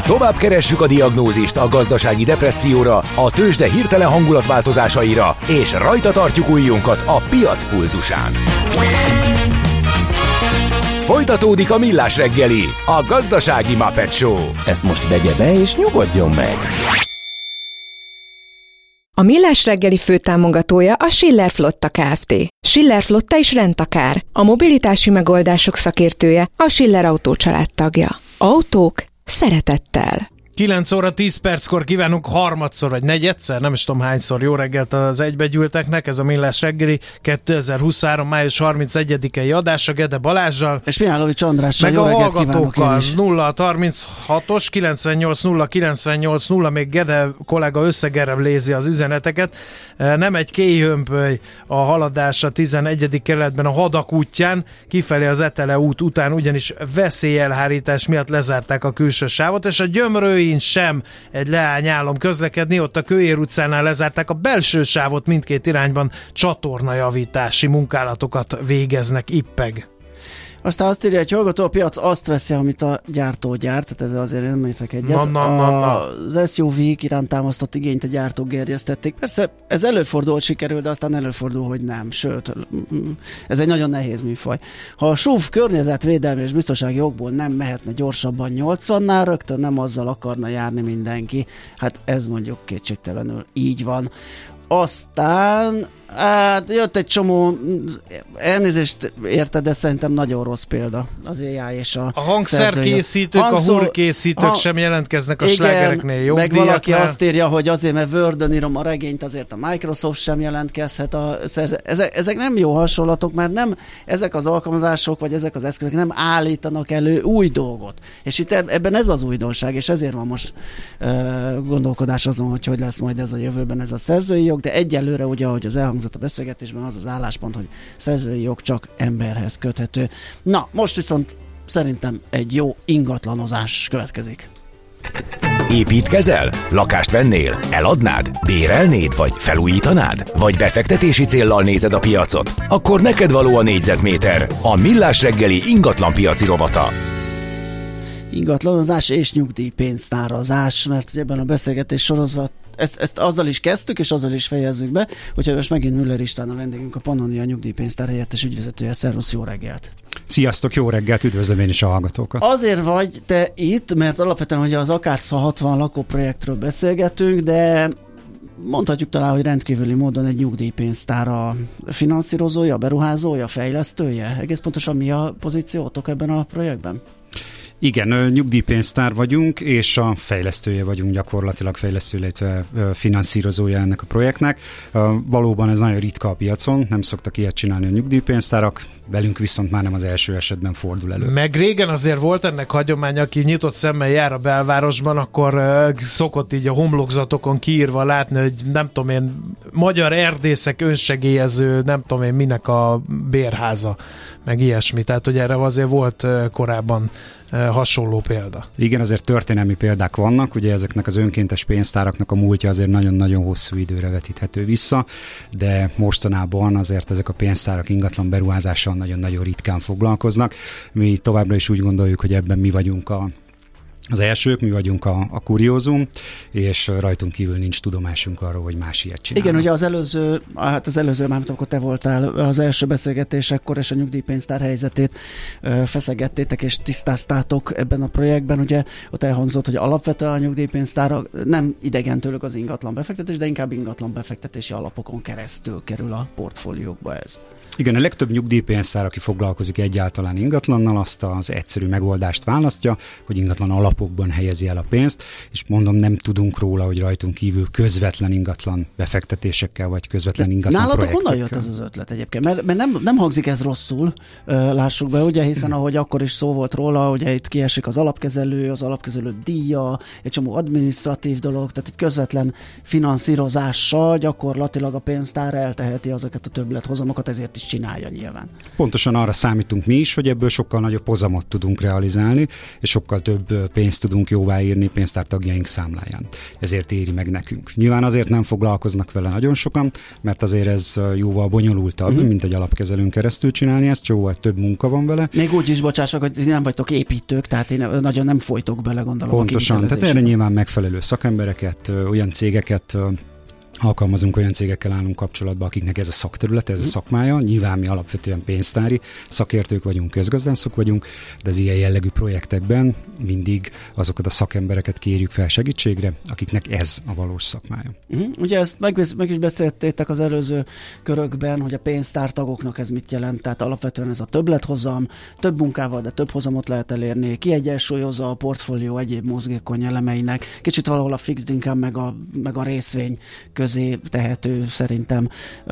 Tovább keressük a diagnózist a gazdasági depresszióra, a tőzsde hirtelen hangulatváltozásaira, és rajta tartjuk ujjunkat a piac pulzusán. Folytatódik a Millás reggeli, a gazdasági Muppet Show. Ezt most vegye be és nyugodjon meg! A Millás reggeli főtámogatója a Schiller Flotta Kft. Schiller Flotta is rendtakár. A mobilitási megoldások szakértője, a Schiller Autó család tagja. Autók szeretettel. 9 óra 10 perckor kívánunk harmadszor, vagy negyedszer, nem is tudom hányszor jó reggelt az egybegyűlteknek, ez a Millás reggeli 2023. május 31-i adása Gede Balázsral. És Mihálovics Andrással. Meg a hallgatókkal 0-36-os 98-0-98-0, még Gede kollega összegerevlézi az üzeneteket. Nem egy kéjhömpöly a haladás a 11. kerületben a Hadak útján, kifelé az Etele út után, ugyanis veszélyelhárítás miatt lezárták a külső sávot, és a Gyömrőin sem egy leányálom közlekedni, ott a Kőér utcánál lezárták a belső sávot, mindkét irányban csatornajavítási munkálatokat végeznek ippeg. Aztán azt írja, hogy hallgató, a piac azt veszi, amit a gyártó gyárt, tehát ez azért nem értek egyet. Az SUV-k iránt támasztott igényt a gyártók gerjesztették. Persze ez előfordul, sikerül, de aztán előfordul, hogy nem. Sőt, ez egy nagyon nehéz műfaj. Ha a SUV környezetvédelmi és biztonsági okból nem mehetne gyorsabban 80-nál, rögtön nem azzal akarna járni mindenki. Hát ez mondjuk kétségtelenül így van. Aztán jött egy csomó, elnézést érted, de szerintem nagyon rossz példa az AI és a hangszerkészítők, a hurkészítők sem jelentkeznek a slágereknél jogdíjaknál. Meg valaki azt írja, hogy azért, mert Word-ön írom a regényt, azért a Microsoft sem jelentkezhet. Ezek nem jó hasonlatok, mert nem ezek az alkalmazások, vagy ezek az eszközök nem állítanak elő új dolgot. És itt ebben ez az újdonság, és ezért van most gondolkodás azon, hogy lesz majd ez a jövőben ez a szerzői jog, de egyelőre ugye, ahogy az elhangzott a beszélgetésben, az az álláspont, hogy szerzői jog csak emberhez köthető. Na, most viszont szerintem egy jó ingatlanozás következik. Építkezel? Lakást vennél? Eladnád? Bérelnéd? Vagy felújítanád? Vagy befektetési céllal nézed a piacot? Akkor neked való a négyzetméter, a Millás reggeli ingatlanpiaci rovata. Ingatlanozás és nyugdíjpénztárazás, mert ugye ebben a beszélgetés sorozat ezt azzal is kezdtük, és azzal is fejezzük be, úgyhogy most megint Müller István a vendégünk, a Pannonia nyugdíjpénztár helyettes ügyvezetője. Szervusz, jó reggelt! Sziasztok, jó reggelt, üdvözlöm én is a hallgatókat! Azért vagy te itt, mert alapvetően ugye az Akácfa 60 lakóprojektről beszélgetünk, de mondhatjuk talán, hogy rendkívüli módon egy nyugdíjpénztár a finanszírozója, a beruházója, fejlesztője. Egész pontosan mi a pozíciótok ebben a projektben? Igen, nyugdíjpénztár vagyunk, és a fejlesztője vagyunk gyakorlatilag, fejlesztő, illetve finanszírozója ennek a projektnek. Valóban ez nagyon ritka a piacon, nem szoktak ilyet csinálni a nyugdíjpénztárak, velünk viszont már nem az első esetben fordul elő. Meg régen azért volt ennek hagyomány, aki nyitott szemmel jár a belvárosban, akkor szokott így a homlokzatokon kiírva látni, hogy nem tudom én, magyar erdészek önsegélyező, nem tudom én minek a bérháza, meg ilyesmi. Tehát, hogy erre azért volt korábban hasonló példa. Igen, azért történelmi példák vannak, ugye ezeknek az önkéntes pénztáraknak a múltja azért nagyon-nagyon hosszú időre vetíthető vissza, de mostanában azért ezek a pénztárak ingatlan beruházással nagyon-nagyon ritkán foglalkoznak. Mi továbbra is úgy gondoljuk, hogy ebben mi vagyunk az elsők, mi vagyunk a kuriózum, és rajtunk kívül nincs tudomásunk arról, hogy más ilyet csinálnak. Igen, ugye az előző, már amikor te voltál az első beszélgetésekkor, és a nyugdíjpénztár helyzetét feszegettétek és tisztáztátok ebben a projektben. Ugye ott elhangzott, hogy alapvetően a nyugdíjpénztár nem idegen tőlük az ingatlan befektetés, de inkább ingatlan befektetési alapokon keresztül kerül a portfóliókba ez. Igen, a legtöbb nyugdíjpénztár, aki foglalkozik egyáltalán ingatlannal, azt az egyszerű megoldást választja, hogy ingatlan alapokban helyezi el a pénzt, és mondom, nem tudunk róla, hogy rajtunk kívül közvetlen ingatlan befektetésekkel, vagy közvetlen ingatlan projektekkel. Nálatok honnan jött az ötlet egyébként? Mert nem hangzik ez rosszul, lássuk be, ugye, hiszen ahogy akkor is szó volt róla, ugye itt kiesik az alapkezelő díja, egy csomó adminisztratív dolog, tehát egy közvetlen finanszírozással gyakorlatilag a pénztár elteheti azokat a többlethozamokat, ezért is is csinálja nyilván. Pontosan arra számítunk mi is, hogy ebből sokkal nagyobb hozamot tudunk realizálni, és sokkal több pénzt tudunk jóváírni pénztártagjaink számláján. Ezért éri meg nekünk. Nyilván azért nem foglalkoznak vele nagyon sokan, mert azért ez jóval bonyolultabb, mint egy alapkezelőn keresztül csinálni ezt, jóval több munka van vele. Még úgy is, bocsássak, hogy nem vagytok építők, tehát én nagyon nem folytok bele, gondolom. Pontosan, tehát erre nyilván megfelelő szakembereket, olyan cégeket alkalmazunk, olyan cégekkel állunk kapcsolatba, akiknek ez a szakterülete, ez a szakmája. Nyilván mi alapvetően pénztári szakértők vagyunk, közgazdászok vagyunk, de az ilyen jellegű projektekben mindig azokat a szakembereket kérjük fel segítségre, akiknek ez a valós szakmája. Ugye ezt meg is beszéltétek az előző körökben, hogy a pénztártagoknak ez mit jelent, tehát alapvetően ez a többlethozam, több munkával, de több hozamot lehet elérni, kiegyensúlyozza a portfólió egyéb mozgékony elemeinek, kicsit valahol a fixed income meg a részvény közé tehető szerintem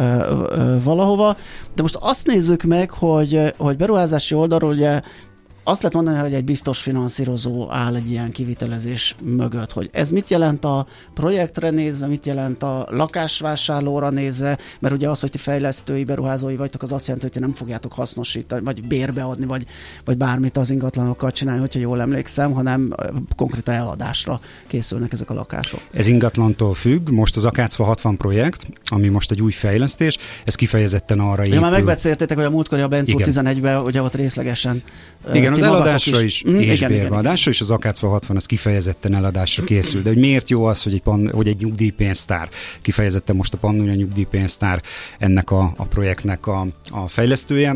valahova. De most azt nézzük meg, hogy beruházási oldalról ugye azt lehet mondani, hogy egy biztos finanszírozó áll egy ilyen kivitelezés mögött, hogy ez mit jelent a projektre nézve, mit jelent a lakásvásárlóra nézve, mert ugye az, hogy ti fejlesztői, beruházói vagytok, az azt jelenti, hogy nem fogjátok hasznosítani, vagy bérbeadni, vagy bármit az ingatlanokkal csinálni, hogyha jól emlékszem, hanem konkrétan eladásra készülnek ezek a lakások. Ez ingatlantól függ, most az Akácfa 60 projekt, ami most egy új fejlesztés, ez kifejezetten arra épül. Már megbeszéltétek, hogy a múltkori a Bencúr 11-ben ugye ott részlegesen az eladásra is, és bérbeadásra is az Akácfa 60 az kifejezetten eladásra készül. De hogy miért jó az, hogy egy nyugdíjpénztár, kifejezetten most a Pannonia nyugdíjpénztár ennek a projektnek a fejlesztője.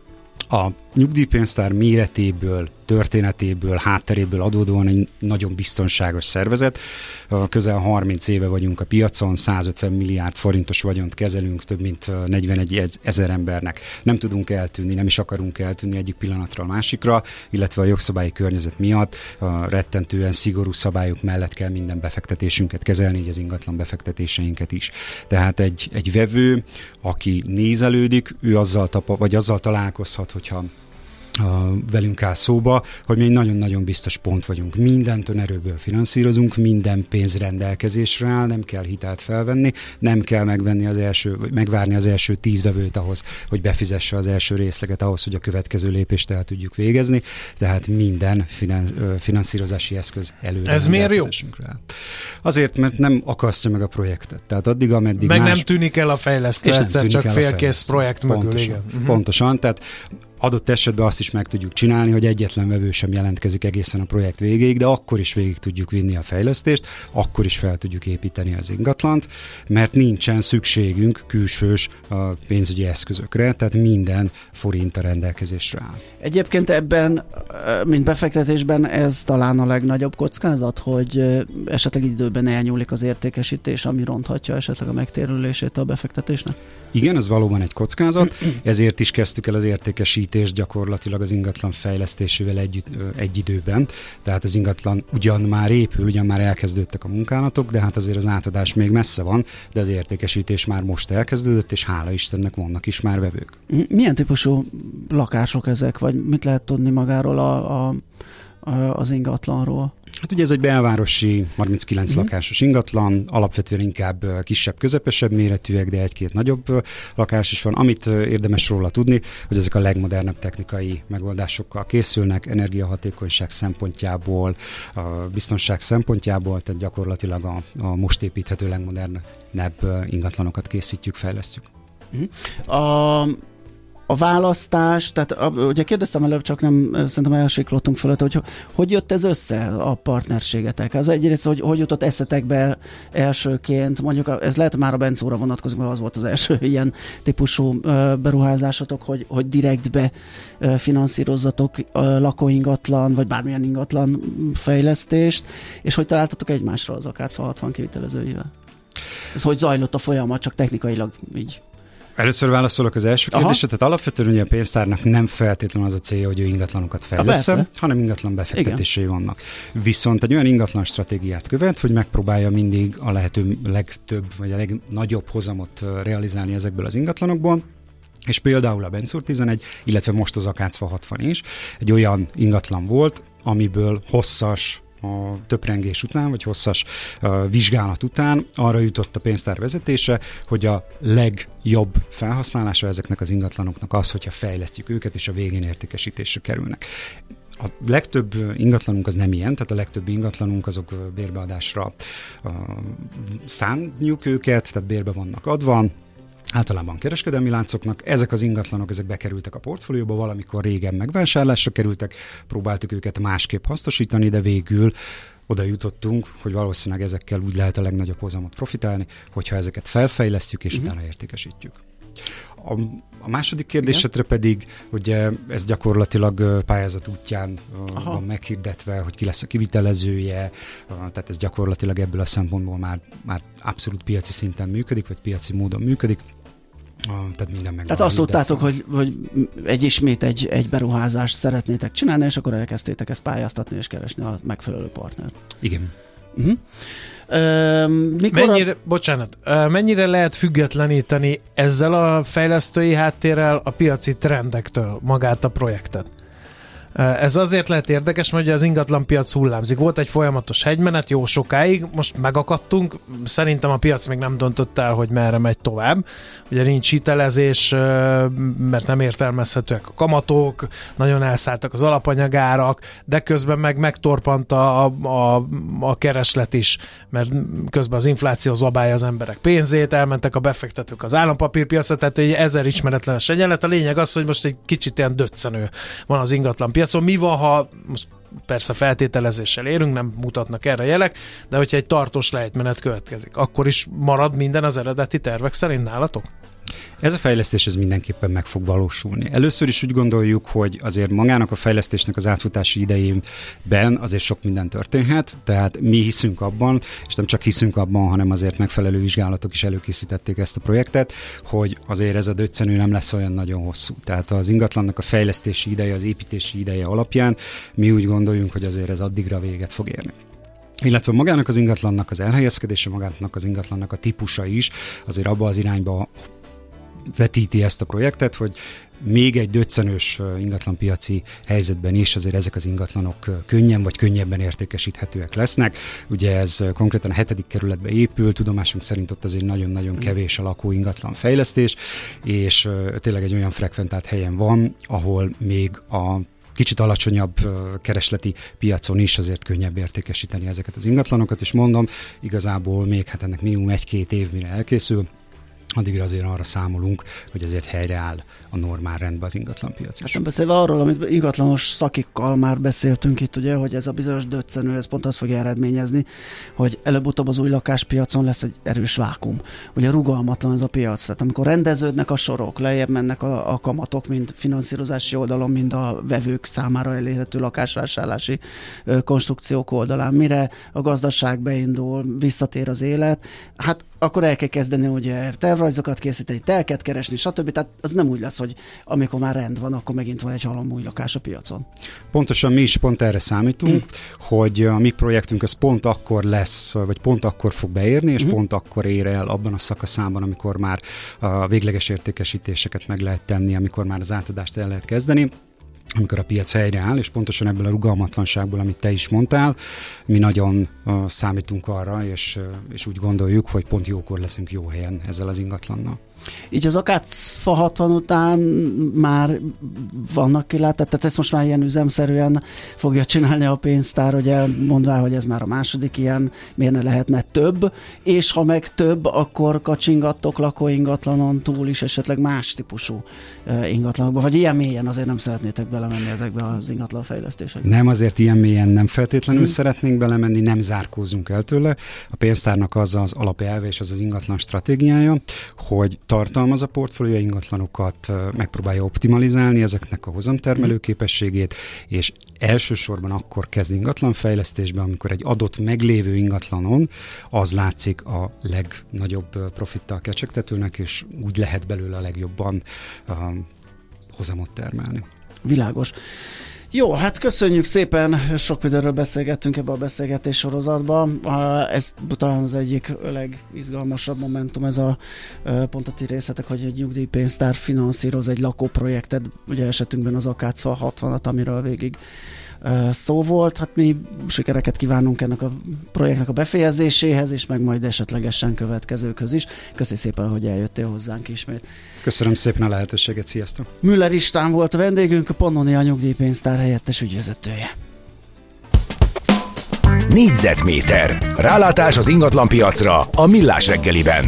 A nyugdíjpénztár méretéből, történetéből, hátteréből adódóan egy nagyon biztonságos szervezet. Közel 30 éve vagyunk a piacon, 150 milliárd forintos vagyont kezelünk több mint 41 000 embernek. Nem tudunk eltűnni, nem is akarunk eltűnni egyik pillanatra a másikra, illetve a jogszabályi környezet miatt a rettentően szigorú szabályok mellett kell minden befektetésünket kezelni, így az ingatlan befektetéseinket is. Tehát egy vevő, aki nézelődik, ő azzal találkozhat, hogyha velünk áll szóba, hogy mi egy nagyon-nagyon biztos pont vagyunk. Mindent önerőből finanszírozunk, minden pénz rendelkezésre áll, nem kell hitelt felvenni, nem kell megvárni az első 10 vevőt ahhoz, hogy befizesse az első részleget ahhoz, hogy a következő lépést el tudjuk végezni, tehát minden finanszírozási eszköz előre. Ez miért jó? Azért, mert nem akasztja meg a projektet. Tehát addig, ameddig nem tűnik el a fejlesztő, egyszer csak félkész projekt mögül. Pontosan, tehát adott esetben azt is meg tudjuk csinálni, hogy egyetlen vevő sem jelentkezik egészen a projekt végéig, de akkor is végig tudjuk vinni a fejlesztést, akkor is fel tudjuk építeni az ingatlant, mert nincsen szükségünk külsős pénzügyi eszközökre, tehát minden forint a rendelkezésre áll. Egyébként ebben, mint befektetésben, ez talán a legnagyobb kockázat, hogy esetleg időben elnyúlik az értékesítés, ami ronthatja esetleg a megtérülését a befektetésnek? Igen, ez valóban egy kockázat, ezért is kezdtük el az értékesítést gyakorlatilag az ingatlan fejlesztésével egy időben, tehát az ingatlan ugyan már épül, ugyan már elkezdődtek a munkálatok, de hát azért az átadás még messze van, de az értékesítés már most elkezdődött, és hála Istennek vannak is már vevők. Milyen típusú lakások ezek, vagy mit lehet tudni magáról az ingatlanról? Hát ugye ez egy belvárosi 39 lakásos ingatlan, alapvetően inkább kisebb, közepesebb méretűek, de egy-két nagyobb lakás is van. Amit érdemes róla tudni, hogy ezek a legmodernebb technikai megoldásokkal készülnek, energiahatékonyság szempontjából, a biztonság szempontjából, tehát gyakorlatilag a most építhető legmodernebb ingatlanokat készítjük, fejlesztjük. A választás, tehát ugye kérdeztem előbb, csak nem szerintem elsiklottunk fölött, hogy jött ez össze a partnerségetek? Az egyrészt, hogy jutott eszetekbe elsőként, mondjuk ez lehet már a Bencóra vonatkozik, mert az volt az első ilyen típusú beruházásotok, hogy direktbe finanszírozzatok lakóingatlan, vagy bármilyen ingatlan fejlesztést, és hogy találtatok egymásra az Akácfa 60 kivitelezőivel? Ez hogy zajlott a folyamat, csak technikailag így? Először válaszolok az első kérdésre, tehát alapvetően ugye a pénztárnak nem feltétlenül az a célja, hogy ő ingatlanokat fejlesz-e, hanem ingatlan befektetései vannak. Viszont egy olyan ingatlan stratégiát követ, hogy megpróbálja mindig a lehető legtöbb, vagy a legnagyobb hozamot realizálni ezekből az ingatlanokból, és például a Bencúr 11, illetve most az Akácfa 60 is egy olyan ingatlan volt, amiből hosszas a töprengés után, vagy hosszas vizsgálat után arra jutott a pénztár vezetése, hogy a legjobb felhasználása ezeknek az ingatlanoknak az, hogyha fejlesztjük őket, és a végén értékesítésre kerülnek. A legtöbb ingatlanunk az nem ilyen, tehát a legtöbb ingatlanunk azok bérbeadásra szánjuk őket, tehát bérbe vannak adva, általában kereskedelmi láncoknak. Ezek az ingatlanok, ezek bekerültek a portfólióba, valamikor régen megvásárlásra kerültek, próbáltuk őket másképp hasznosítani, de végül oda jutottunk, hogy valószínűleg ezekkel úgy lehet a legnagyobb hozamot profitálni, hogyha ezeket felfejlesztjük és utána értékesítjük. A második kérdésedre pedig, hogy ez gyakorlatilag pályázat útján van meghirdetve, hogy ki lesz a kivitelezője, tehát ez gyakorlatilag ebből a szempontból már abszolút piaci szinten működik, vagy piaci módon működik. Tehát minden meg. Tehát azt tudtátok, hogy ismét egy beruházást szeretnétek csinálni, és akkor elkezdtétek ezt pályáztatni és keresni a megfelelő partnert. Igen. Mennyire lehet függetleníteni ezzel a fejlesztői háttérrel a piaci trendektől magát a projektet? Ez azért lehet érdekes, mert az ingatlanpiac hullámzik. Volt egy folyamatos hegymenet jó sokáig, most megakadtunk, szerintem a piac még nem döntött el, hogy merre megy tovább. Ugye nincs hitelezés, mert nem értelmezhetőek a kamatok, nagyon elszálltak az alapanyagárak, de közben megtorpant a kereslet is, mert közben az infláció zabálja az emberek pénzét, elmentek a befektetők az állampapírpiacra, tehát egy 1000 ismeretlenes egyenlet. A lényeg az, hogy most egy kicsit ilyen döccenő van az ingatlanpiac. Mi van, ha most persze feltételezéssel érünk, nem mutatnak erre jelek, de hogyha egy tartós lejtmenet következik, akkor is marad minden az eredeti tervek szerint nálatok? Ez a fejlesztés ez mindenképpen meg fog valósulni. Először is úgy gondoljuk, hogy azért magának a fejlesztésnek az átfutási idejében azért sok minden történhet, tehát mi hiszünk abban, és nem csak hiszünk abban, hanem azért megfelelő vizsgálatok is előkészítették ezt a projektet, hogy azért ez a döccenő nem lesz olyan nagyon hosszú. Tehát az ingatlannak a fejlesztési ideje, az építési ideje alapján mi úgy gondoljunk, hogy azért ez addigra véget fog érni. Illetve magának az ingatlannak az elhelyezkedése, magának az ingatlannak a típusa is azért abba az irányba vetíti ezt a projektet, hogy még egy döccenős ingatlanpiaci helyzetben is azért ezek az ingatlanok könnyen vagy könnyebben értékesíthetőek lesznek. Ugye ez konkrétan a 7. kerületbe épül, tudomásunk szerint ott azért nagyon-nagyon kevés a lakó ingatlan fejlesztés, és tényleg egy olyan frekventált helyen van, ahol még a kicsit alacsonyabb keresleti piacon is azért könnyebb értékesíteni ezeket az ingatlanokat, és mondom, igazából még ennek minimum 1-2 év mire elkészül, addigra azért arra számolunk, hogy azért helyreáll a normál rendben az ingatlanpiac is. Hát nem beszélve arról, amit ingatlanos szakikkal már beszéltünk itt, ugye, hogy ez a bizonyos döccenő, ez pont azt fogja eredményezni, hogy előbb-utóbb az új lakáspiacon lesz egy erős vákum. Ugye rugalmatlan ez a piac, tehát amikor rendeződnek a sorok, lejjebb mennek a kamatok, mind finanszírozási oldalon, mind a vevők számára elérhető lakásvásárlási konstrukciók oldalán, mire a gazdaság beindul, visszatér az élet, hát akkor el kell kezdeni ugye tervrajzokat készíteni, telket keresni, stb. Tehát az nem úgy lesz, hogy amikor már rend van, akkor megint van egy halom új lakás a piacon. Pontosan mi is pont erre számítunk, hogy a mi projektünk az pont akkor lesz, vagy pont akkor fog beérni, és pont akkor ér el abban a szakaszában, amikor már a végleges értékesítéseket meg lehet tenni, amikor már az átadást el lehet kezdeni, amikor a piac helyreáll, és pontosan ebből a rugalmatlanságból, amit te is mondtál, mi nagyon számítunk arra, és úgy gondoljuk, hogy pont jókor leszünk jó helyen ezzel az ingatlannal. Így az Akácfa 60 után már vannak kilátások, tehát ezt most már ilyen üzemszerűen fogja csinálni a pénztár, ugye mondván, hogy ez már a második ilyen, miért ne lehetne több, és ha meg több, akkor kacsingattok lakóingatlanon túl is esetleg más típusú ingatlanokba, vagy ilyen mélyen azért nem szeretnétek belemenni ezekbe az ingatlanfejlesztésekbe? Nem, azért ilyen mélyen nem feltétlenül szeretnénk belemenni, nem zárkózunk el tőle. A pénztárnak az az alapelve és az az ingatlan stratégiája, hogy tartalmaz a portfólió ingatlanokat, megpróbálja optimalizálni ezeknek a hozamtermelő képességét, és elsősorban akkor kezd ingatlanfejlesztésbe, amikor egy adott meglévő ingatlanon az látszik a legnagyobb profittal kecsegtetőnek, és úgy lehet belőle a legjobban hozamot termelni. Világos. Jó, hát köszönjük szépen, sok mindenről beszélgettünk ebbe a beszélgetés sorozatban. Ez talán az egyik legizgalmasabb momentum, ez a pont a ti részletek, hogy egy nyugdíjpénztár finanszíroz egy lakóprojektet, ugye esetünkben az Akácfa 60-at, amiről végig szó volt. Hát mi sikereket kívánunk ennek a projektnek a befejezéséhez, és meg majd esetlegesen következőkhöz is. Köszi szépen, hogy eljöttél hozzánk ismét. Köszönöm szépen a lehetőséget, sziasztok! Müller István volt a vendégünk, a Pannonia nyugdíjpénztár helyettes ügyvezetője. Négyzetméter. Rálátás az ingatlanpiacra a Millás reggeliben.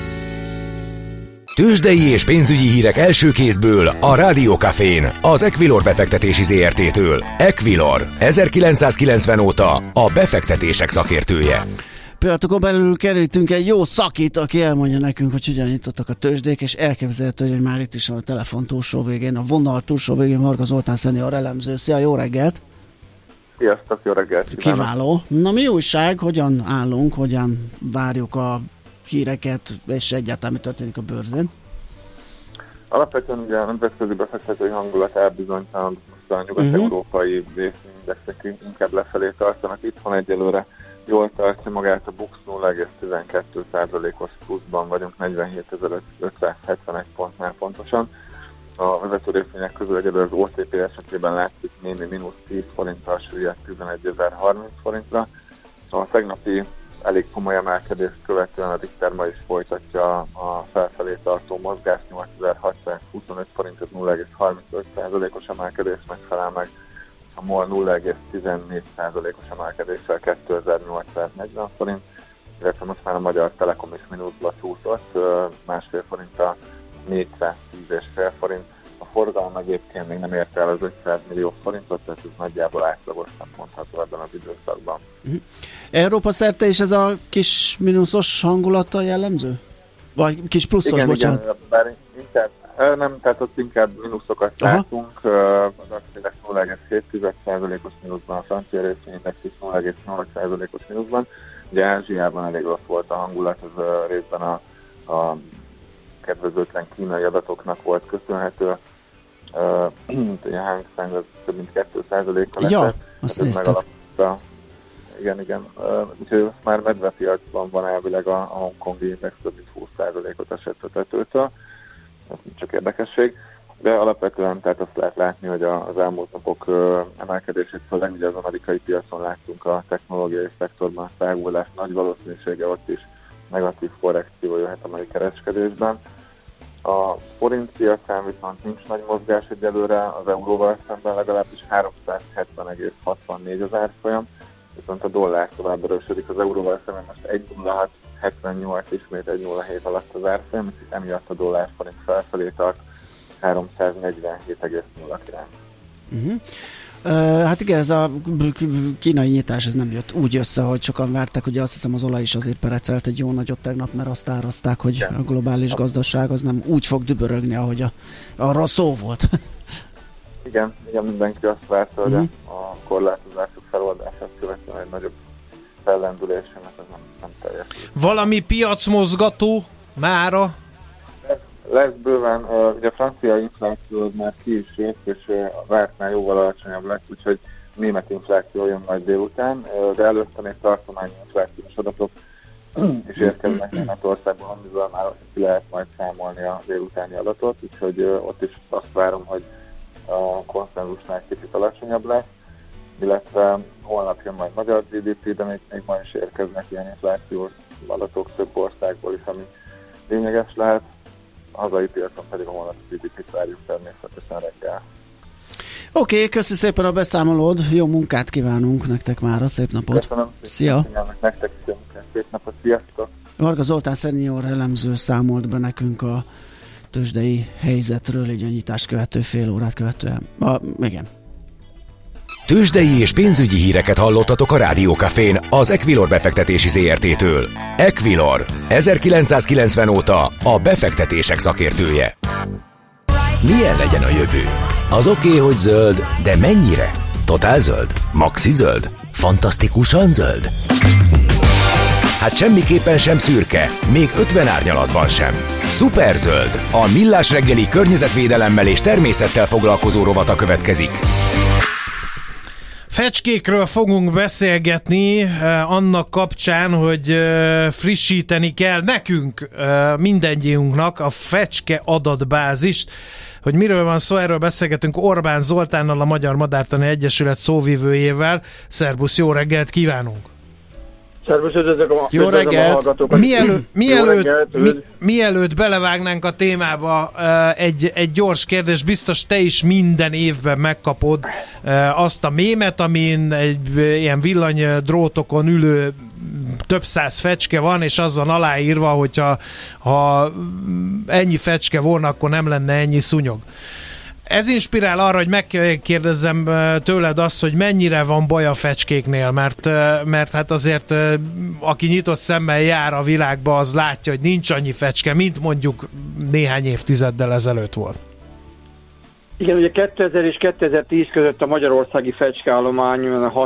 Tőzsdei és pénzügyi hírek első kézből a Rádiókafén, az Equilor befektetési ZRT-től. Equilor, 1990 óta a befektetések szakértője. Pillanatokon belül kerültünk egy jó szakit, aki elmondja nekünk, hogy hogyan nyitottak a tőzsdék, és elképzelhető, hogy már itt is van a telefon túlsó végén, a vonal túlsó végén Varga Zoltán szenior elemző. Szia, jó reggelt! Sziasztok, jó reggelt! Kiváló! Na mi újság, hogyan állunk, hogyan várjuk a híreket, és egyáltalán mi történik a bőrzén? Alapvetően ugye a nemzetközi befektetői hangulat elbizonytalan, most a nyugat-európai részindexek inkább lefelé tartanak. Itthon egyelőre jól tartja magát a BUX 0,12%-os pluszban vagyunk, 47.571 pontnál pontosan. A vezető részvények közül egyelőre az OTP esetében látszik némi mínusz 10 forinttal süllyedt 11.030 forintra. A tegnapi elég komoly emelkedést követően a Richter ma is folytatja a felfelé tartó mozgás, 8625 forint, ez 0,35%-os emelkedésnek felel meg, a MOL 0,14%-os emelkedéssel 2840 forint, illetve most már a Magyar Telekom is mínuszba csúszott, másfél forint a 410,5 forint. A forgalom egyébként még nem érte el az 500 millió forintot, tehát ez nagyjából átlagosnak mondható ebben az időszakban. Európa szerte is ez a kis mínuszos hangulattal jellemző? Vagy kis pluszos, bocsánat? Igen, bár inkább, nem, tehát ott inkább mínuszokat látunk. Az Axeles 0,7%-os mínuszban, a francia részvényindex is 0,8%-os mínuszban. Ugye Ázsiában elég rossz volt a hangulat, ez részben a kedvezőtlen kínai adatoknak volt köszönhető. A Hang Seng az több mint 2%-kal esett. Ja, azt néztük. Igen. Úgyhogy már medvepiacban van elvileg a hongkongi index több mint 20%-ot esett a tetőtől. Ez csak érdekesség. De alapvetően tehát azt lehet látni, hogy az elmúlt napok emelkedését, főleg ugye az amerikai piacon láttunk a technológiai szektorban a szágulás, nagy valószínűsége ott is negatív korrekció jöhet a mai kereskedésben. A forint piacán viszont nincs nagy mozgás egyelőre, az euróval szemben legalábbis 370,64 az árfolyam, viszont a dollár tovább erősödik, az euróval szemben most 1,0678, ismét 1,07 alatt az árfolyam, és emiatt a dollár forint felfelé tart 347,09. Hát igen, ez a kínai nyitás ez nem jött úgy össze, hogy sokan várták, ugye azt hiszem az olaj is azért perecelt egy jó nagyot tegnap, mert azt árazták, hogy a globális gazdaság az nem úgy fog dübörögni, ahogy arra szó volt. Igen, mindenki azt várta, hogy a korlátozások feloldását követően egy nagyobb fellendülésének ez nem teljesül. Valami piacmozgató mára? Lesz bőven, ugye a francia infláció már ki is jött, és a vártnál jóval alacsonyabb lett, úgyhogy német infláció jön majd délután, de előtte még tartományi inflációs adatok is érkeznek Németországban, amiből már ki lehet majd számolni a délutáni adatot, úgyhogy ott is azt várom, hogy a konszenzusnál kicsit alacsonyabb lesz, illetve holnap jön majd magyar GDP, de még ma is érkeznek ilyen inflációs adatok több országból is, ami lényeges lehet. A hazai piacon pedig a holnapi GDP-t várjuk természetesen reggel. Oké, köszi szépen a beszámolód, jó munkát kívánunk nektek mára, szép napot! Köszönöm. Szia! Nektek szép munkát, szép napot, sziasztok! Varga Zoltán szenior elemző számolt be nekünk a tőzsdei helyzetről, egy a nyitást követő fél órát követően. Igen. Tőzsdei és pénzügyi híreket hallottatok a Rádiókafén az Equilor befektetési ZRT-től. Equilor, 1990 óta a befektetések szakértője. Milyen legyen a jövő? Az oké, hogy zöld, de mennyire? Totál zöld? Maxi zöld? Fantasztikusan zöld? Hát semmiképpen sem szürke, még 50 árnyalatban sem. Szuperzöld, a Millás reggeli környezetvédelemmel és természettel foglalkozó rovata következik. Fecskékről fogunk beszélgetni annak kapcsán, hogy frissíteni kell nekünk, mindennyiunknak a fecske adatbázist. hogy miről van szó, erről beszélgetünk Orbán Zoltánnal, a Magyar Madártani Egyesület szóvivőjével. Szerbusz, jó reggelt kívánunk! Szervusz, üdvözlök a jó reggelt! Mielőtt belevágnánk a témába, egy gyors kérdés, biztos te is minden évben megkapod azt a mémet, amin egy ilyen villanydrótokon ülő több száz fecske van, és az van aláírva, hogyha ennyi fecske volna, akkor nem lenne ennyi szúnyog. Ez inspirál arra, hogy megkérdezzem tőled azt, hogy mennyire van baj a fecskéknél, mert hát azért aki nyitott szemmel jár a világba, az látja, hogy nincs annyi fecske, mint mondjuk néhány évtizeddel ezelőtt volt. Igen, ugye 2000 és 2010 között a magyarországi fecskeállomány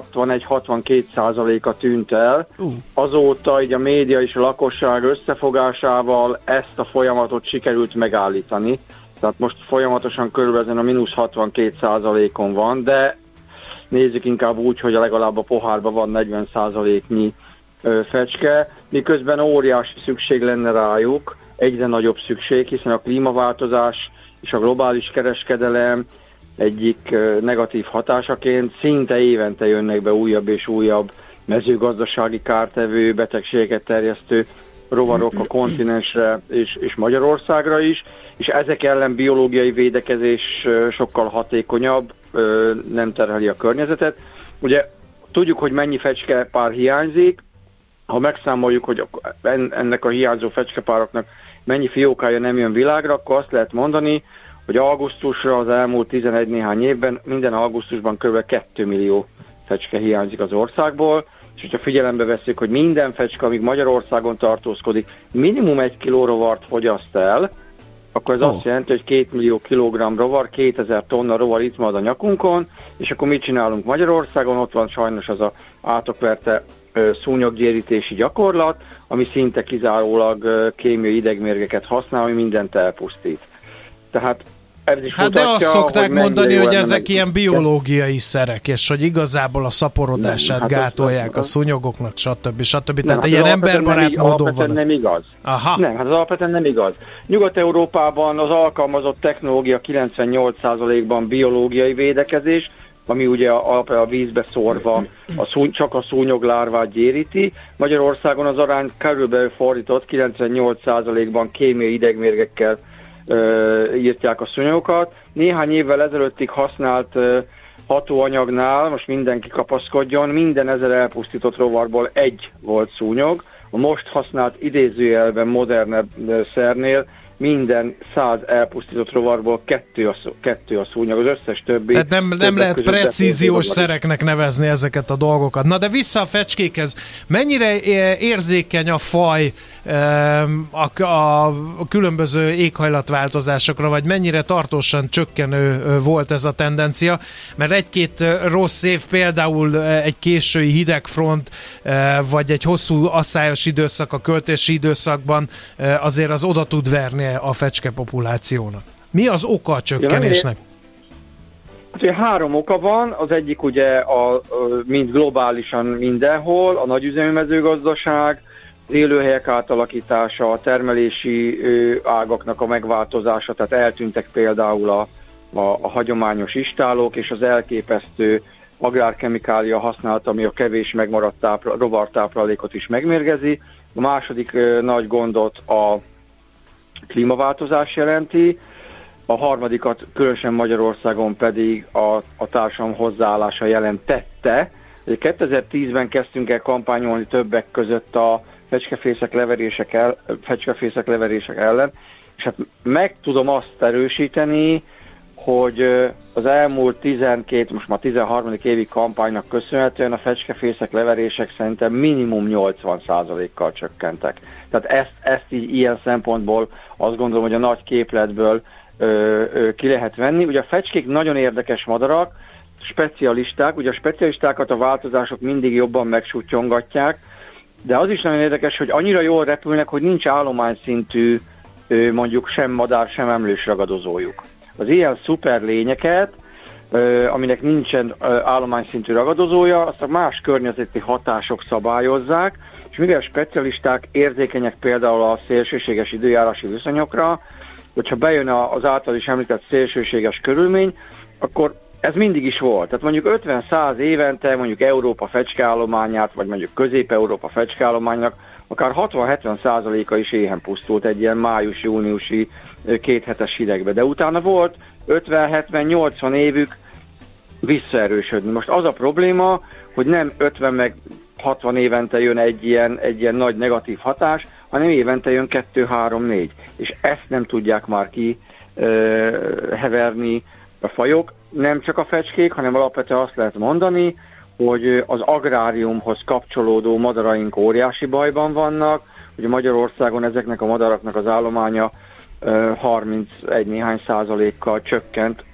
61-62%-a tűnt el. Azóta így a média és a lakosság összefogásával ezt a folyamatot sikerült megállítani. Tehát most folyamatosan körülbelül a mínusz 62%-on van, de nézzük inkább úgy, hogy legalább a pohárban van 40%-nyi fecske, miközben óriási szükség lenne rájuk, egyre nagyobb szükség, hiszen a klímaváltozás és a globális kereskedelem egyik negatív hatásaként szinte évente jönnek be újabb és újabb mezőgazdasági kártevő, betegségeket terjesztő rovarok a kontinensre és Magyarországra is, és ezek ellen biológiai védekezés sokkal hatékonyabb, nem terheli a környezetet. Ugye tudjuk, hogy mennyi fecskepár hiányzik, ha megszámoljuk, hogy ennek a hiányzó fecskepároknak mennyi fiókája nem jön világra, akkor azt lehet mondani, hogy augusztusra az elmúlt 11 néhány évben minden augusztusban kb. 2 millió fecske hiányzik az országból, és hogyha figyelembe veszik, hogy minden fecske, amíg Magyarországon tartózkodik, minimum 1 kiló rovart fogyaszt el, akkor ez azt jelenti, hogy 2 millió kilogramm rovar, 2000 tonna rovar itt marad a nyakunkon, és akkor mit csinálunk Magyarországon? Ott van sajnos az a átokverte szúnyoggyérítési gyakorlat, ami szinte kizárólag kémiai idegmérgeket használ, ami mindent elpusztít. Tehát ez is mutatja, de azt szokták mondani, hogy ezek ilyen biológiai szerek, és hogy igazából a szaporodását gátolják a szúnyogoknak, stb. Tehát ilyen hát emberbarát módon van. Nem igaz. Aha. Nem, hát az alapvetően nem igaz. Nyugat-Európában az alkalmazott technológia 98%-ban biológiai védekezés, ami ugye a vízbe szórva csak a szúnyoglárvát gyéríti. Magyarországon az arány körülbelül fordított, 98%-ban kémiai idegmérgekkel írtják a szúnyogokat. Néhány évvel ezelőttig használt hatóanyagnál, most mindenki kapaszkodjon, minden 1000 elpusztított rovarból 1 volt szúnyog. A most használt idézőjelben modernebb szernél minden 100 elpusztított rovarból 2 a szúnyog, az összes többi. Tehát nem lehet precíziós szereknek nevezni ezeket a dolgokat. Na de vissza a fecskékhez. Mennyire érzékeny a faj a különböző éghajlatváltozásokra, vagy mennyire tartósan csökkenő volt ez a tendencia? Mert egy-két rossz év, például egy késői hidegfront, vagy egy hosszú asszályos időszak a költési időszakban azért az oda tud verni a fecske populációnak. Mi az oka a csökkenésnek? Ja, 3 oka van. Az egyik ugye mind globálisan mindenhol, a nagyüzemű mezőgazdaság, élőhelyek átalakítása, a termelési ágaknak a megváltozása, tehát eltűntek például a hagyományos istállók, és az elképesztő agrárkemikália használat, ami a kevés megmaradt rovartáplálékot is megmérgezi. A második nagy gondot a klímaváltozás jelenti, a harmadikat különösen Magyarországon pedig a társadalom hozzáállása jelentette. 2010-ben kezdtünk el kampányolni többek között a fecskefészek leverések ellen, és hát meg tudom azt erősíteni, hogy az elmúlt 12, most már 13. évi kampánynak köszönhetően a fecskefészek leverések szerintem minimum 80%-kal csökkentek. Tehát ezt így ilyen szempontból azt gondolom, hogy a nagy képletből ki lehet venni. Ugye a fecskék nagyon érdekes madarak, specialisták, ugye a specialistákat a változások mindig jobban megsútyongatják, de az is nagyon érdekes, hogy annyira jól repülnek, hogy nincs állományszintű mondjuk sem madár, sem emlős ragadozójuk. Az ilyen szuper lényeket, aminek nincsen állományszintű ragadozója, azt a más környezeti hatások szabályozzák, és mivel specialisták érzékenyek például a szélsőséges időjárási viszonyokra, hogyha bejön az által is említett szélsőséges körülmény, akkor ez mindig is volt. Tehát mondjuk 50-100 évente mondjuk Európa fecskeállományát, vagy mondjuk Közép-Európa fecskeállománynak akár 60-70%-a is éhen pusztult egy ilyen május-júniusi kéthetes hidegbe. De utána volt 50-70-80 évük visszaerősödni. Most az a probléma, hogy nem 50 meg 60 évente jön egy ilyen nagy negatív hatás, hanem évente jön 2-3-4. És ezt nem tudják már heverni a fajok. Nem csak a fecskék, hanem alapvetően azt lehet mondani, hogy az agráriumhoz kapcsolódó madaraink óriási bajban vannak. Ugye Magyarországon ezeknek a madaraknak az állománya 31 néhány százalékkal csökkent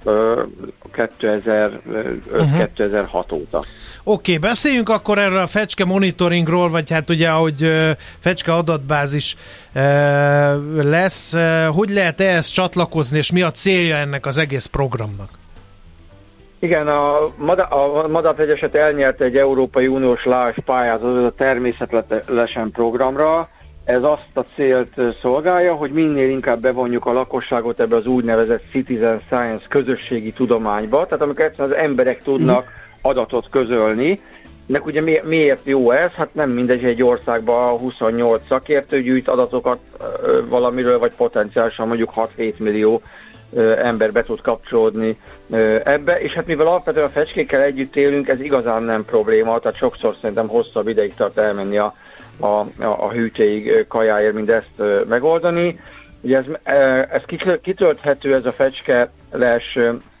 2005-2006 óta. Oké, beszéljünk akkor erről a fecske monitoringról, vagy hát ugye, ahogy fecske adatbázis lesz. Hogy lehet ehhez csatlakozni, és mi a célja ennek az egész programnak? Igen, a Madárfegyeset elnyerte egy Európai Uniós live pályázatot a természetesen programra. Ez azt a célt szolgálja, hogy minél inkább bevonjuk a lakosságot ebbe az úgynevezett citizen science közösségi tudományba, tehát amikor egyszerűen az emberek tudnak adatot közölni. Nek ugye miért jó ez? Hát nem mindegy, egy országban 28 szakértő gyűjt adatokat valamiről, vagy potenciálisan mondjuk 6-7 millió ember be tud kapcsolódni ebbe, és hát mivel alapvetően a fecskékkel együtt élünk, ez igazán nem probléma, tehát sokszor szerintem hosszabb ideig tart elmenni a hűtőig kajáért mindezt megoldani. Ugye ez kitölthető, ez a fecskeles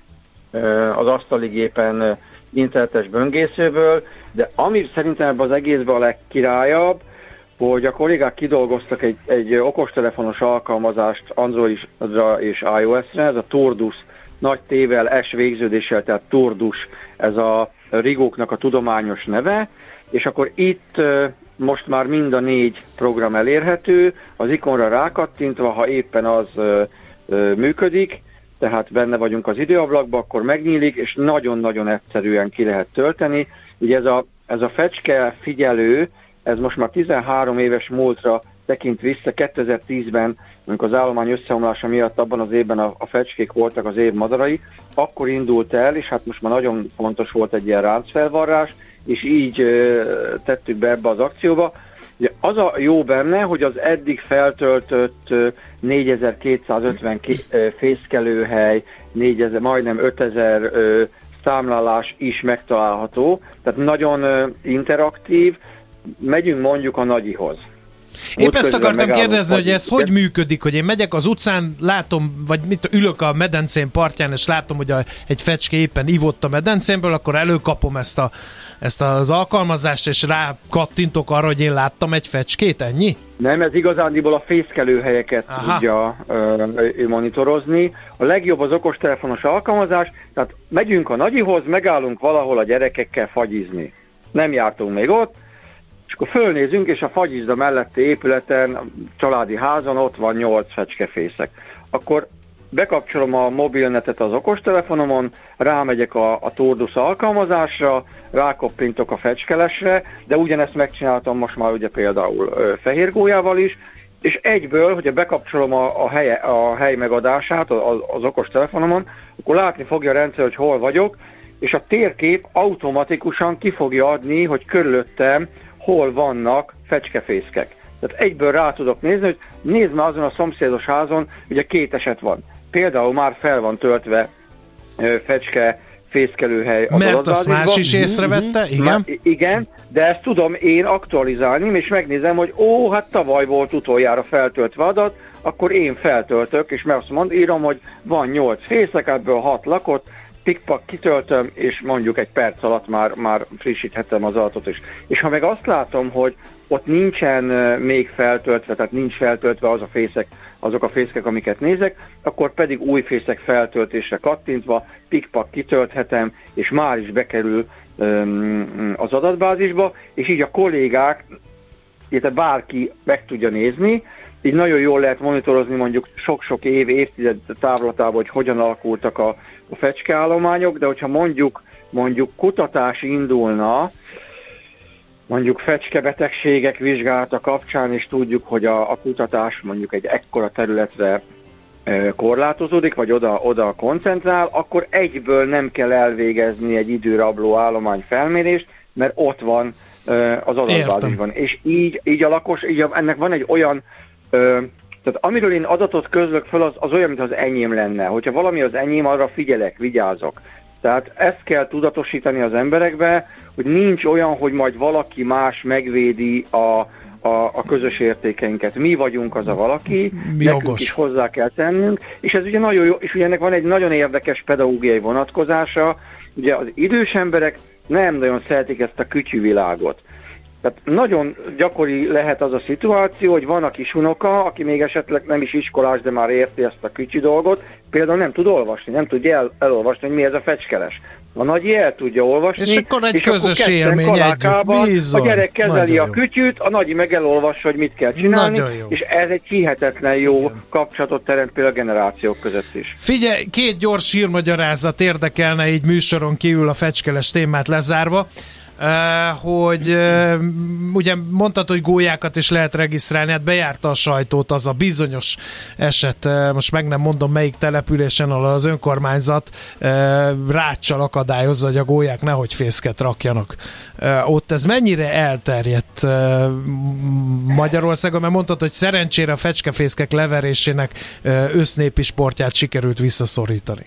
az asztaligépen internetes böngészőből, de ami szerintem ebben az egészben a legkirályabb, hogy a kollégák kidolgoztak egy okostelefonos alkalmazást Androidra és iOS-re, ez a Turdus nagy T-vel, S végződéssel, tehát Turdus, ez a rigóknak a tudományos neve, és akkor itt most már mind a 4 program elérhető, az ikonra rákattintva, ha éppen az működik, tehát benne vagyunk az időablakban, akkor megnyílik, és nagyon-nagyon egyszerűen ki lehet tölteni. Ugye ez a fecske figyelő, ez most már 13 éves múltra tekint vissza, 2010-ben, amikor az állomány összeomlása miatt abban az évben a fecskék voltak az év madarai, akkor indult el, és hát most már nagyon fontos volt egy ilyen ráncfelvarrás, és így tettük be ebbe az akcióba. Ugye az a jó benne, hogy az eddig feltöltött 4250 fészkelőhely, majdnem 5000 számlálás is megtalálható, tehát nagyon interaktív. Megyünk mondjuk a nagyihoz. Épp ezt akartam kérdezni, hogy ez hogy működik, hogy én megyek az utcán, látom, vagy ülök a medencén partján, és látom, hogy egy fecske éppen ivott a medencénből, akkor előkapom ezt az alkalmazást, és rá kattintok arra, hogy én láttam egy fecskét, ennyi? Nem, ez igazándiból a fészkelőhelyeket tudja monitorozni. A legjobb az okostelefonos alkalmazás, tehát megyünk a nagyihoz, megállunk valahol a gyerekekkel fagyizni. Nem jártunk még ott, és akkor fölnézünk, és a fagyizda melletti épületen, a családi házon ott van 8 fecskefészek. Akkor bekapcsolom a mobilnetet az okostelefonomon, rámegyek a Turdus alkalmazásra, rákoppintok a fecskelesre, de ugyanezt megcsináltam most már ugye például fehérgólyával is, és egyből, hogyha bekapcsolom a hely megadását az okostelefonomon, akkor látni fogja a rendszer, hogy hol vagyok, és a térkép automatikusan ki fogja adni, hogy körülöttem hol vannak fecskefészkek. Tehát egyből rá tudok nézni, hogy nézd már azon a szomszédos házon, ugye 2 eset van. Például már fel van töltve fecske fészkelőhely az mert azt más is észrevette, igen? Igen, de ezt tudom én aktualizálni, és megnézem, hogy hát tavaly volt utoljára feltöltve adat, akkor én feltöltök, és mert azt írom, hogy van 8 fészek, ebből 6 lakott, pikpak kitöltöm, és mondjuk egy perc alatt már frissíthetem az adatot is. És ha meg azt látom, hogy ott nincsen még feltöltve, tehát nincs feltöltve azok a fészkek, amiket nézek, akkor pedig új fészek feltöltésre kattintva pikpak kitölthetem, és már is bekerül az adatbázisba, és így a kollégák, illetve bárki meg tudja nézni, így nagyon jól lehet monitorozni mondjuk sok-sok évtized távlatában, hogy hogyan alakultak a fecskeállományok, de hogyha mondjuk kutatás indulna, mondjuk fecskebetegségek vizsgálata kapcsán, és tudjuk, hogy a kutatás mondjuk egy ekkora területre korlátozódik, vagy oda koncentrál, akkor egyből nem kell elvégezni egy időrabló állomány felmérést, mert ott van az adatbázisban. És így a lakos, ennek van egy olyan, tehát amiről én adatot közlök föl, az olyan, mint az enyém lenne. Hogyha valami az enyém, arra figyelek, vigyázok. Tehát ezt kell tudatosítani az emberekbe, hogy nincs olyan, hogy majd valaki más megvédi a közös értékeinket. Mi vagyunk az a valaki, nekünk is hozzá kell tennünk, és ez ugye nagyon jó, és ugye ennek van egy nagyon érdekes pedagógiai vonatkozása, ugye az idős emberek nem nagyon szeretik ezt a kütyűvilágot. Tehát nagyon gyakori lehet az a szituáció, hogy van a kisunoka, aki még esetleg nem is iskolás, de már érti ezt a kütyű dolgot, például nem tud olvasni, nem tudja elolvasni, hogy mi ez a fecskeles. A nagyi el tudja olvasni, és akkor egy közös élmény együtt. A gyerek kezeli a kütyűt, a nagyi meg elolvassa, hogy mit kell csinálni, és ez egy hihetetlen jó kapcsolatot teremt például a generációk között is. Figyelj, 2 gyors hírmagyarázat érdekelne így műsoron kívül a fecskeles témát lezárva, hogy ugye mondtad, hogy gólyákat is lehet regisztrálni, hát bejárta a sajtót az a bizonyos eset, most meg nem mondom melyik településen, ahol az önkormányzat ráccsal akadályozza, hogy a gólyák nehogy fészket rakjanak. Ott ez mennyire elterjedt Magyarországon, mert mondtad, hogy szerencsére a fecskefészkek leverésének össznépi sportját sikerült visszaszorítani.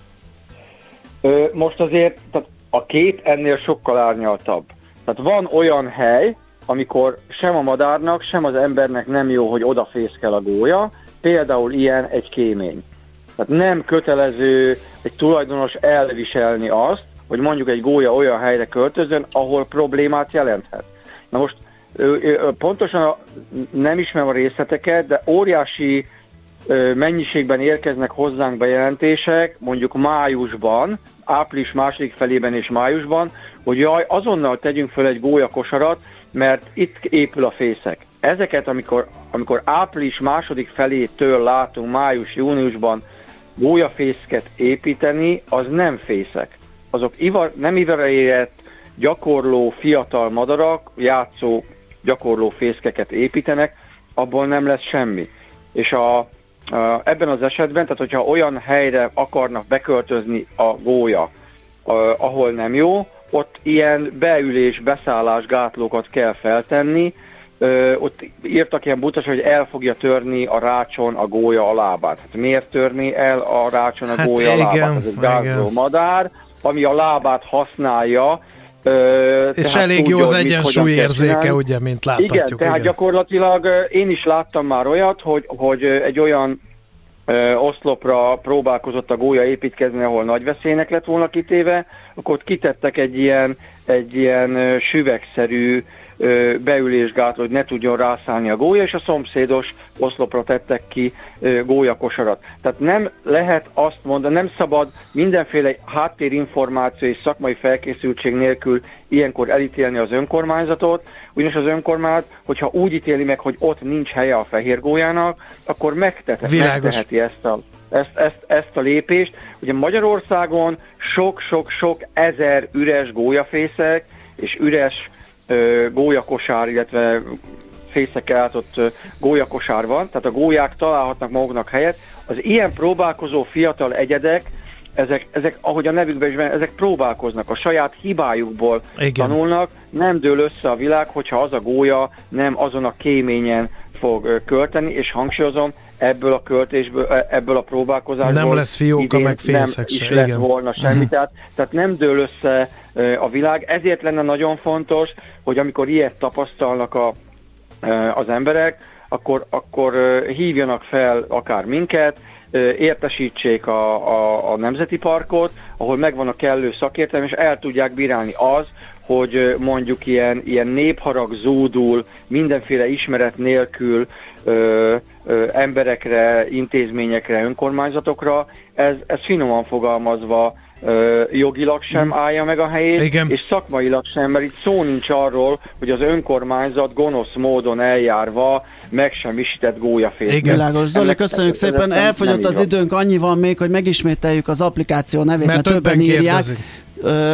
Most azért, tehát a kép ennél sokkal árnyaltabb. Tehát van olyan hely, amikor sem a madárnak, sem az embernek nem jó, hogy odafészkel a gólya, például ilyen egy kémény. Tehát nem kötelező egy tulajdonos elviselni azt, hogy mondjuk egy gólya olyan helyre költözön, ahol problémát jelenthet. Na most pontosan nem ismerem a részleteket, de óriási mennyiségben érkeznek hozzánk bejelentések, mondjuk májusban, április második felében és májusban, hogy jaj, azonnal tegyünk föl egy gólyakosarat, mert itt épül a fészek. Ezeket, amikor április második felétől látunk május-júniusban gólyafészket építeni, az nem fészek. Azok nem ivarérett, gyakorló fiatal madarak, játszó, gyakorló fészkeket építenek, abból nem lesz semmi. És ebben az esetben, tehát hogyha olyan helyre akarnak beköltözni a gólya, ahol nem jó, ott ilyen beülés, beszállás gátlókat kell feltenni. Ott írtak ilyen butas, hogy el fogja törni a rácson a gólya a lábát. Hát miért törni el a rácson a gólya a lábát? Ez egy gázló madár, ami a lábát használja. És elég tudja, jó az egyensúly érzéke, ugye, mint láthatjuk. Igen, tehát gyakorlatilag én is láttam már olyat, hogy egy olyan oszlopra próbálkozott a gólya építkezni, ahol nagy veszélynek lett volna kitéve, akkor ott kitettek egy ilyen süvegszerű beülésgátló, hogy ne tudjon rászállni a gólya, és a szomszédos oszlopra tettek ki gólyakosarat. Tehát nem lehet azt mondani, nem szabad mindenféle háttérinformáció és szakmai felkészültség nélkül ilyenkor elítélni az önkormányzatot, ugyanis az önkormányzat, hogyha úgy ítéli meg, hogy ott nincs helye a fehér gólyának, akkor megteheti ezt a lépést. Ugye Magyarországon sok-sok-sok ezer üres gólyafészek és üres gólyakosár, illetve fészekkel látott gólyakosár van, tehát a gólyák találhatnak maguknak helyet. Az ilyen próbálkozó fiatal egyedek, ezek ahogy a nevükben is van, ezek próbálkoznak, a saját hibájukból tanulnak, nem dől össze a világ, hogyha az a gólya nem azon a kéményen fog költeni, és hangsúlyozom, ebből a költésből, ebből a próbálkozásból nem lesz fióka, meg fészek nem is lett volna semmi, tehát nem dől össze a világ, ezért lenne nagyon fontos, hogy amikor ilyet tapasztalnak az emberek, akkor hívjanak fel akár minket, értesítsék a Nemzeti Parkot, ahol megvan a kellő szakértelem, és el tudják bírálni az, hogy mondjuk ilyen népharag zúdul mindenféle ismeret nélkül emberekre, intézményekre, önkormányzatokra, ez finoman fogalmazva jogilag sem állja meg a helyét, igen, és szakmailag sem, mert itt szó nincs arról, hogy az önkormányzat gonosz módon eljárva megsemmisített gólyafészket. Világos. Zoli, köszönjük szépen, elfogyott az időnk, annyi van még, hogy megismételjük az applikáció nevét, mert többen írják.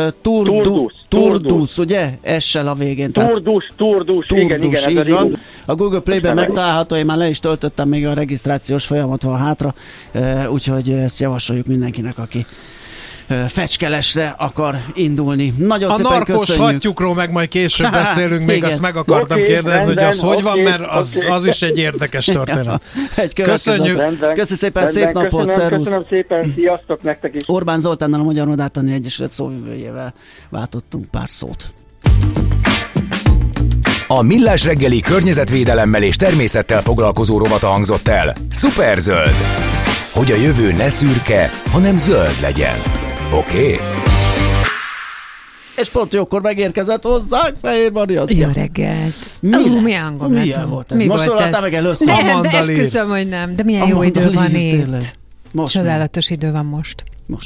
Turdus, ugye? S-sel a végén. Turdus, igen, így van. A Google Play-ben megtalálható, én már le is töltöttem, még a regisztrációs folyamat van hátra, úgyhogy ezt javasoljuk mindenkinek, aki fecskelesre akar indulni. Nagyon a szépen narkos köszönjük. Hattyúkról meg majd később beszélünk, még azt meg akartam kérdezni, hogy az hogy van, mert az is egy érdekes történet. Köszönjük. Köszönjük szépen, szép napot, szervusz. Köszönöm szépen, sziasztok nektek is. Orbán Zoltánnal, a Magyar Madártani Egyesület szóvivőjével váltottunk pár szót. A Millás reggeli környezetvédelemmel és természettel foglalkozó rovata hangzott el. Szuperzöld! Hogy a jövő ne szürke, hanem zöld legyen. Oké? És pont jókor megérkezett hozzánk Fehér Maria. Jó reggelt. Milyen hangom milyen volt ez? Most szólaltál meg először. Nem, de esküszöm, hogy nem. De milyen jó idő van itt. Csodálatos idő van most.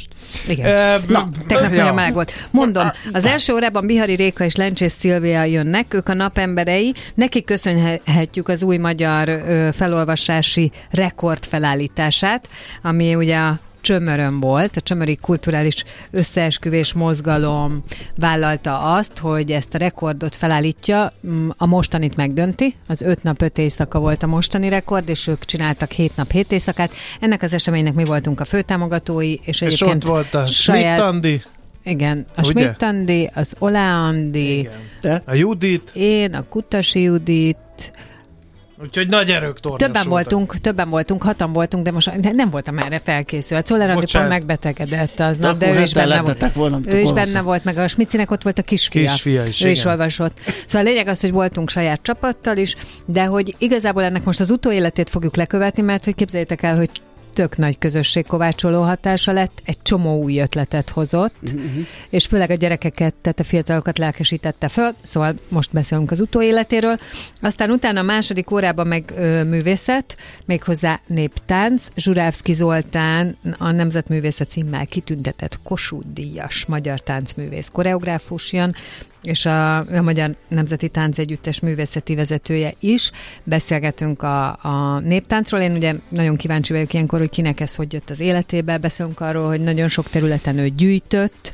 Igen. Tegnap nagyon meleg volt. Mondom, az első órában Bihari Réka és Lencsés Szilvia jönnek, ők a napemberei. Nekik köszönhetjük az új magyar felolvasási rekord felállítását, ami ugye a Csömörön volt, a Csömöri Kulturális Összeesküvés Mozgalom vállalta azt, hogy ezt a rekordot felállítja, a mostanit megdönti, az 5 nap 5 éjszaka volt a mostani rekord, és ők csináltak 7 nap 7 éjszakát. Ennek az eseménynek mi voltunk a főtámogatói, és egyébként ott volt a Schmidt-Andi. Igen, a Schmidt-Andi, az Olá-Andi, a Judit, én, a Kutasi Judit. Úgyhogy nagy erők tornyosultak. Többen voltunk, 6-an voltunk, de most nem voltam erre felkészült. Szóval Andi pont megbetegedett aznap, de ő is benne volt. Ő is benne volt, meg a Smicinek ott volt a kisfia is, ő is olvasott. Szóval a lényeg az, hogy voltunk saját csapattal is, de hogy igazából ennek most az utóéletét fogjuk lekövetni, mert hogy képzeljétek el, hogy tök nagy közösségkovácsoló hatása lett, egy csomó új ötletet hozott, és főleg a gyerekeket, tehát a fiatalokat lelkesítette föl, szóval most beszélünk az utóéletéről. Aztán utána a második órában meg művészet, méghozzá néptánc. Zsurávszky Zoltán a Nemzetművészet címmel kitüntetett Kossuth-díjas magyar táncművész koreográfus jön, és a Magyar Nemzeti Táncegyüttes művészeti vezetője is. Beszélgetünk a néptáncról. Én ugye nagyon kíváncsi vagyok ilyenkor, hogy kinek ez hogy jött az életébe. Beszélünk arról, hogy nagyon sok területen ő gyűjtött,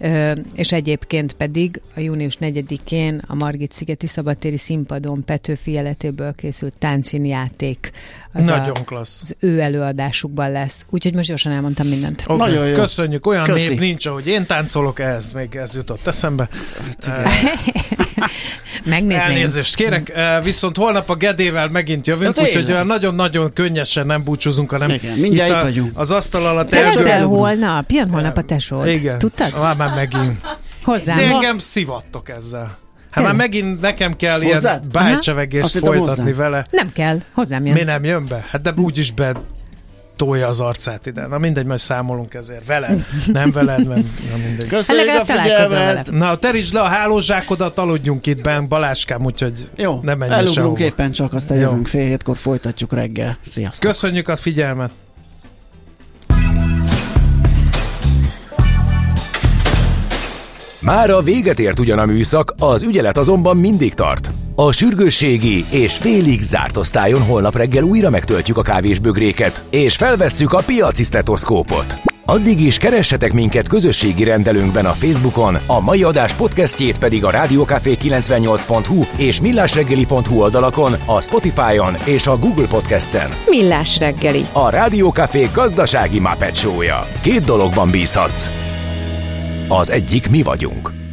és egyébként pedig a június 4-én a Margit-szigeti szabadtéri színpadon Petőfi életéből készült táncszínjáték. Nagyon klassz. Az ő előadásukban lesz. Úgyhogy most gyorsan elmondtam mindent. Okay. Nagyon jó. Köszönjük. Olyan nép nincs, ahogy én táncolok, ehhez még ez jutott eszembe. Megnézném. Elnézést kérek, viszont holnap a Gedével megint jövünk, úgyhogy olyan nagyon-nagyon könnyesen nem búcsúzunk, hanem mindjárt itt vagyunk. Az asztal alatt holnap. Jön holnap a tesód. Igen. Tudtad? Már megint. Hozzám. De engem szivattok ezzel. Hát már megint nekem kell ilyen bájcsevegést folytatni vele. Nem kell, hozzám jön. Mi nem jön be? Hát de úgyis tolja az arcát ide. Na mindegy, majd számolunk ezért. Veled, nem veled, nem mindegy. Köszönjük a figyelmet! Na, terítsd le a hálózsákodat, aludjunk itt benn, Baláskám, úgyhogy jó, nem menj elugrunk éppen csak, aztán jövünk 6:30-kor, folytatjuk reggel. Sziasztok! Köszönjük a figyelmet! Mára véget ért ugyan a műszak, az ügyelet azonban mindig tart. A sürgősségi és félig zárt osztályon holnap reggel újra megtöltjük a kávésbögréket, és felvesszük a piaci sztetoszkópot. Addig is keressetek minket közösségi rendelőnkben a Facebookon, a mai adás podcastjét pedig a rádiókafé98.hu és millásreggeli.hu oldalakon, a Spotify-on és a Google Podcast-en. Millás reggeli. A Rádiókafé gazdasági Muppet Show-ja. 2 dologban bízhatsz. Az egyik mi vagyunk.